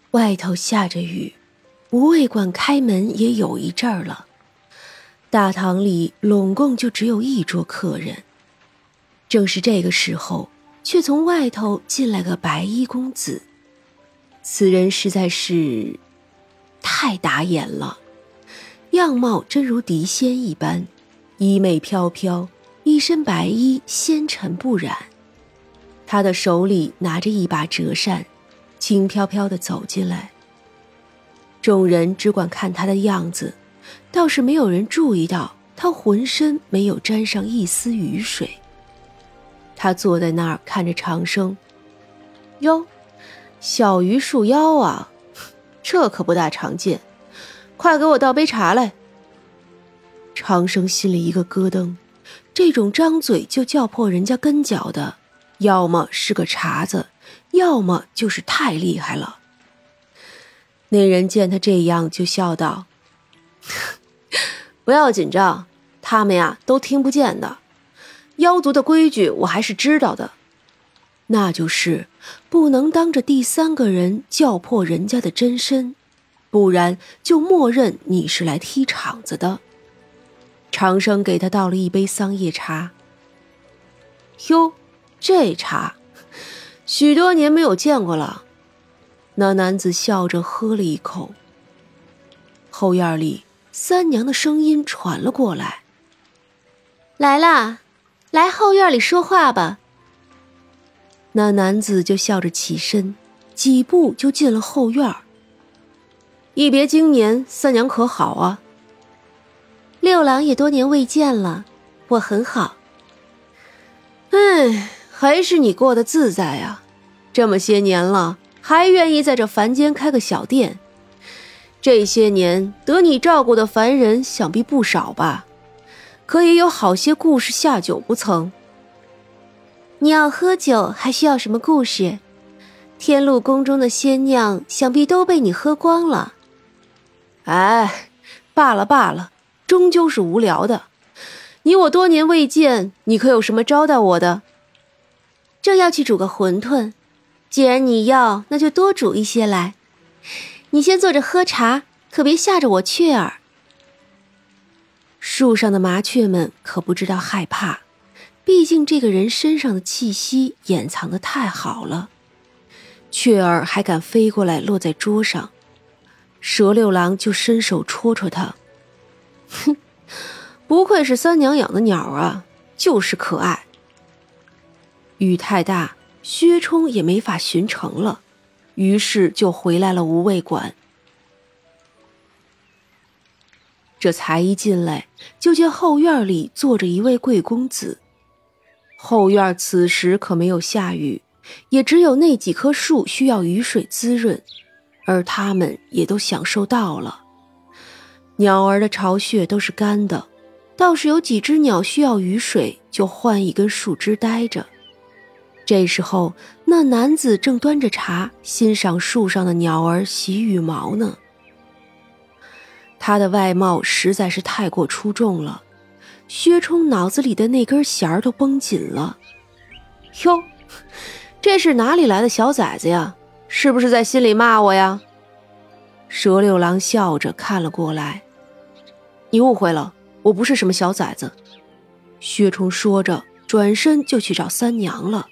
外头下着雨，无味馆开门也有一阵儿了。大堂里拢共就只有一桌客人。正是这个时候，却从外头进来个白衣公子。此人实在是太打眼了，样貌真如狄仙一般，衣袂飘飘，一身白衣，纤尘不染。他的手里拿着一把折扇，轻飘飘地走进来。众人只管看他的样子，倒是没有人注意到他浑身没有沾上一丝雨水。他坐在那儿看着长生，哟，小鱼束腰啊，这可不大常见，快给我倒杯茶来。长生心里一个咯噔，这种张嘴就叫破人家跟脚的，要么是个碴子，要么就是太厉害了。那人见他这样就笑道，不要紧张，他们呀都听不见的，妖族的规矩我还是知道的，那就是不能当着第三个人叫破人家的真身，不然就默认你是来踢场子的。长生给他倒了一杯桑叶茶。哟，这茶许多年没有见过了。那男子笑着喝了一口。后院里三娘的声音传了过来，来啦，来后院里说话吧。那男子就笑着起身，几步就进了后院。一别经年，三娘可好啊？六郎也多年未见了，我很好。哎，还是你过得自在啊，这么些年了，还愿意在这凡间开个小店。这些年得你照顾的凡人想必不少吧，可也有好些故事下酒不曾。你要喝酒还需要什么故事？天禄宫中的仙酿想必都被你喝光了。哎，罢了罢了，终究是无聊的。你我多年未见，你可有什么招待我的？正要去煮个馄饨，既然你要，那就多煮一些来。你先坐着喝茶，可别吓着我雀儿。树上的麻雀们可不知道害怕，毕竟这个人身上的气息掩藏得太好了。雀儿还敢飞过来落在桌上，蛇六郎就伸手戳戳他。哼，不愧是三娘养的鸟啊，就是可爱。雨太大，薛冲也没法巡城了，于是就回来了无味馆。这才一进来，就见后院里坐着一位贵公子。后院此时可没有下雨，也只有那几棵树需要雨水滋润，而他们也都享受到了。鸟儿的巢穴都是干的，倒是有几只鸟需要雨水，就换一根树枝待着。这时候，那男子正端着茶，欣赏树上的鸟儿洗羽毛呢。他的外貌实在是太过出众了，薛冲脑子里的那根弦儿都绷紧了。哟，这是哪里来的小崽子呀？是不是在心里骂我呀？蛇六郎笑着看了过来。你误会了，我不是什么小崽子。薛冲说着，转身就去找三娘了。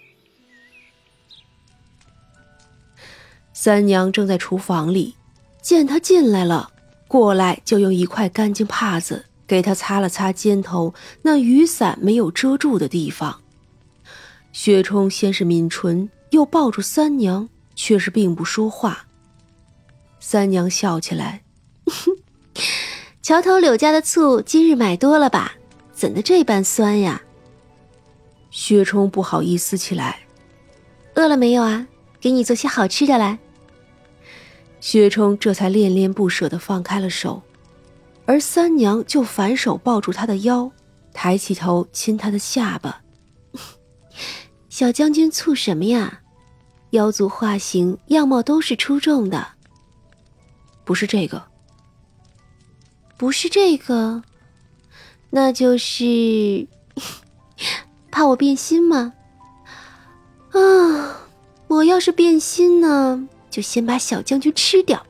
三娘正在厨房里，见他进来了，过来就用一块干净帕子给他擦了擦肩头那雨伞没有遮住的地方。薛冲先是抿唇，又抱住三娘，却是并不说话。三娘笑起来，桥头柳家的醋今日买多了吧？怎的这般酸呀？薛冲不好意思起来，饿了没有啊？给你做些好吃的来。薛冲这才恋恋不舍地放开了手，而三娘就反手抱住他的腰，抬起头亲他的下巴。小将军醋什么呀？妖族化形，样貌都是出众的。不是这个。不是这个，那就是怕我变心吗？啊，我要是变心呢， 就先把小将军吃掉。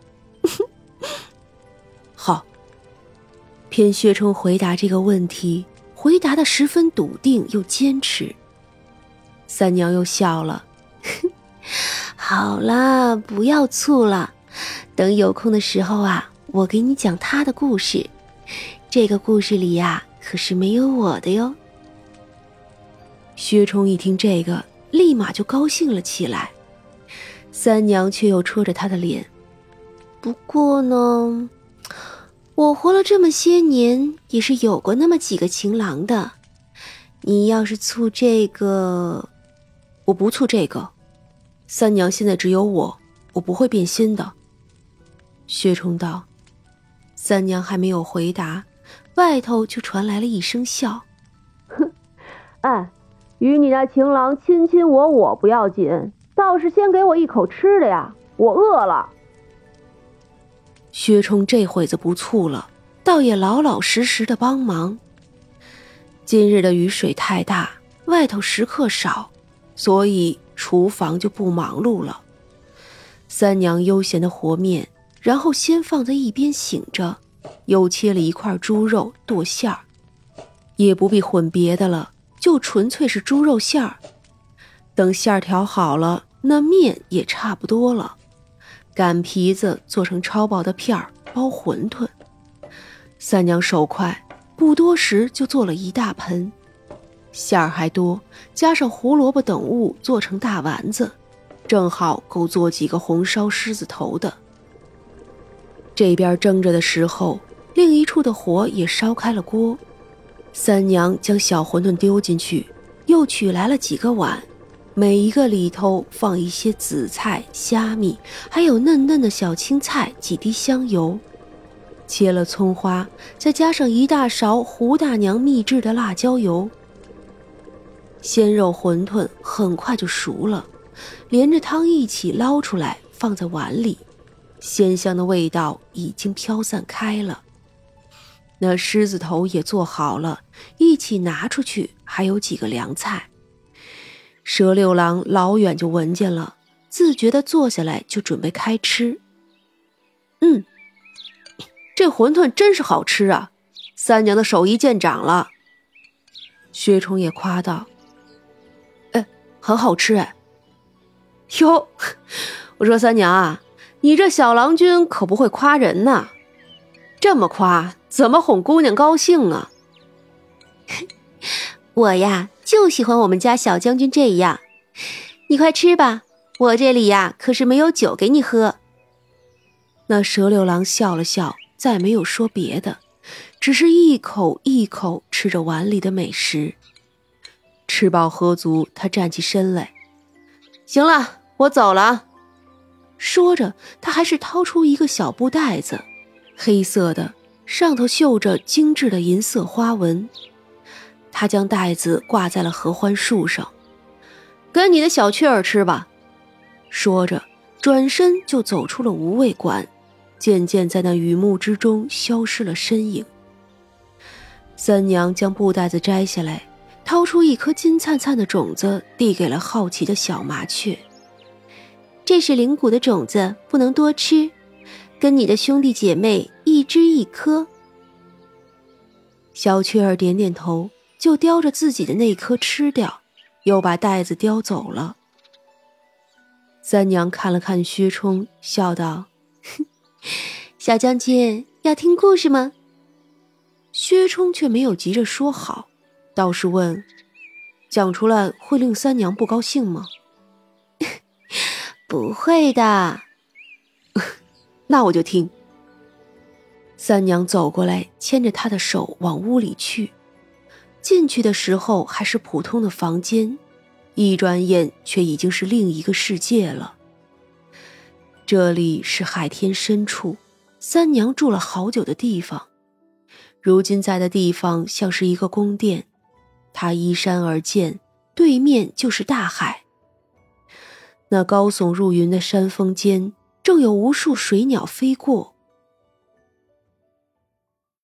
好。 偏薛冲回答这个问题，回答得十分笃定又坚持。三娘又笑了，好啦，不要醋了，等有空的时候啊，我给你讲他的故事。这个故事里呀，可是没有我的哟。薛冲一听这个，立马就高兴了起来。三娘却又戳着他的脸，不过呢，我活了这么些年，也是有过那么几个情郎的。你要是醋这个， 我不醋这个。三娘现在只有我不会变心的。 薛冲道。三娘还没有回答，外头就传来了一声笑。 哼，哎，与你那情郎亲亲我不要紧，倒是先给我一口吃的呀，我饿了。 薛冲这会子不醋了，倒也老老实实的帮忙。今日的雨水太大，外头食客少，所以厨房就不忙碌了。三娘悠闲的和面，然后先放在一边醒着，又切了一块猪肉剁馅儿，也不必混别的了，就纯粹是猪肉馅儿。等馅儿调好了，那面也差不多了，擀皮子做成超薄的片儿，包馄饨。三娘手快，不多时就做了一大盆，馅儿还多，加上胡萝卜等物做成大丸子，正好够做几个红烧狮子头的。这边蒸着的时候，另一处的火也烧开了锅。三娘将小馄饨丢进去，又取来了几个碗，每一个里头放一些紫菜、虾米，还有嫩嫩的小青菜，几滴香油，切了葱花，再加上一大勺胡大娘秘制的辣椒油。鲜肉馄饨很快就熟了，连着汤一起捞出来放在碗里，鲜香的味道已经飘散开了。那狮子头也做好了，一起拿出去，还有几个凉菜。蛇六郎老远就闻见了，自觉地坐下来就准备开吃。 这馄饨真是好吃啊，三娘的手艺见长了。 薛冲也夸道。 很好吃哎。哟，我说三娘啊，你这小郎君可不会夸人呐，这么夸怎么哄姑娘高兴啊？ 我呀就喜欢我们家小将军这样，你快吃吧，我这里呀可是没有酒给你喝。那蛇六郎笑了笑，再没有说别的，只是一口一口吃着碗里的美食。吃饱喝足，他站起身来， 行了，我走了。 说着，他还是掏出一个小布袋子，黑色的，上头绣着精致的银色花纹。他将袋子挂在了合欢树上， 跟你的小雀儿吃吧。 说着，转身就走出了无味馆，渐渐在那雨幕之中消失了身影。三娘将布袋子摘下来，掏出一颗金灿灿的种子，递给了好奇的小麻雀。这是灵谷的种子，不能多吃，跟你的兄弟姐妹一只一颗。小雀儿点点头，就叼着自己的那颗吃掉，又把袋子叼走了。三娘看了看薛冲，笑道：小将军要听故事吗？薛冲却没有急着说好，倒是问：讲出来会令三娘不高兴吗？不会的。 那我就听。 三娘走过来，牵着他的手往屋里去。进去的时候还是普通的房间，一转眼却已经是另一个世界了。这里是海天深处，三娘住了好久的地方。如今在的地方像是一个宫殿，它依山而建，对面就是大海。那高耸入云的山峰间，正有无数水鸟飞过，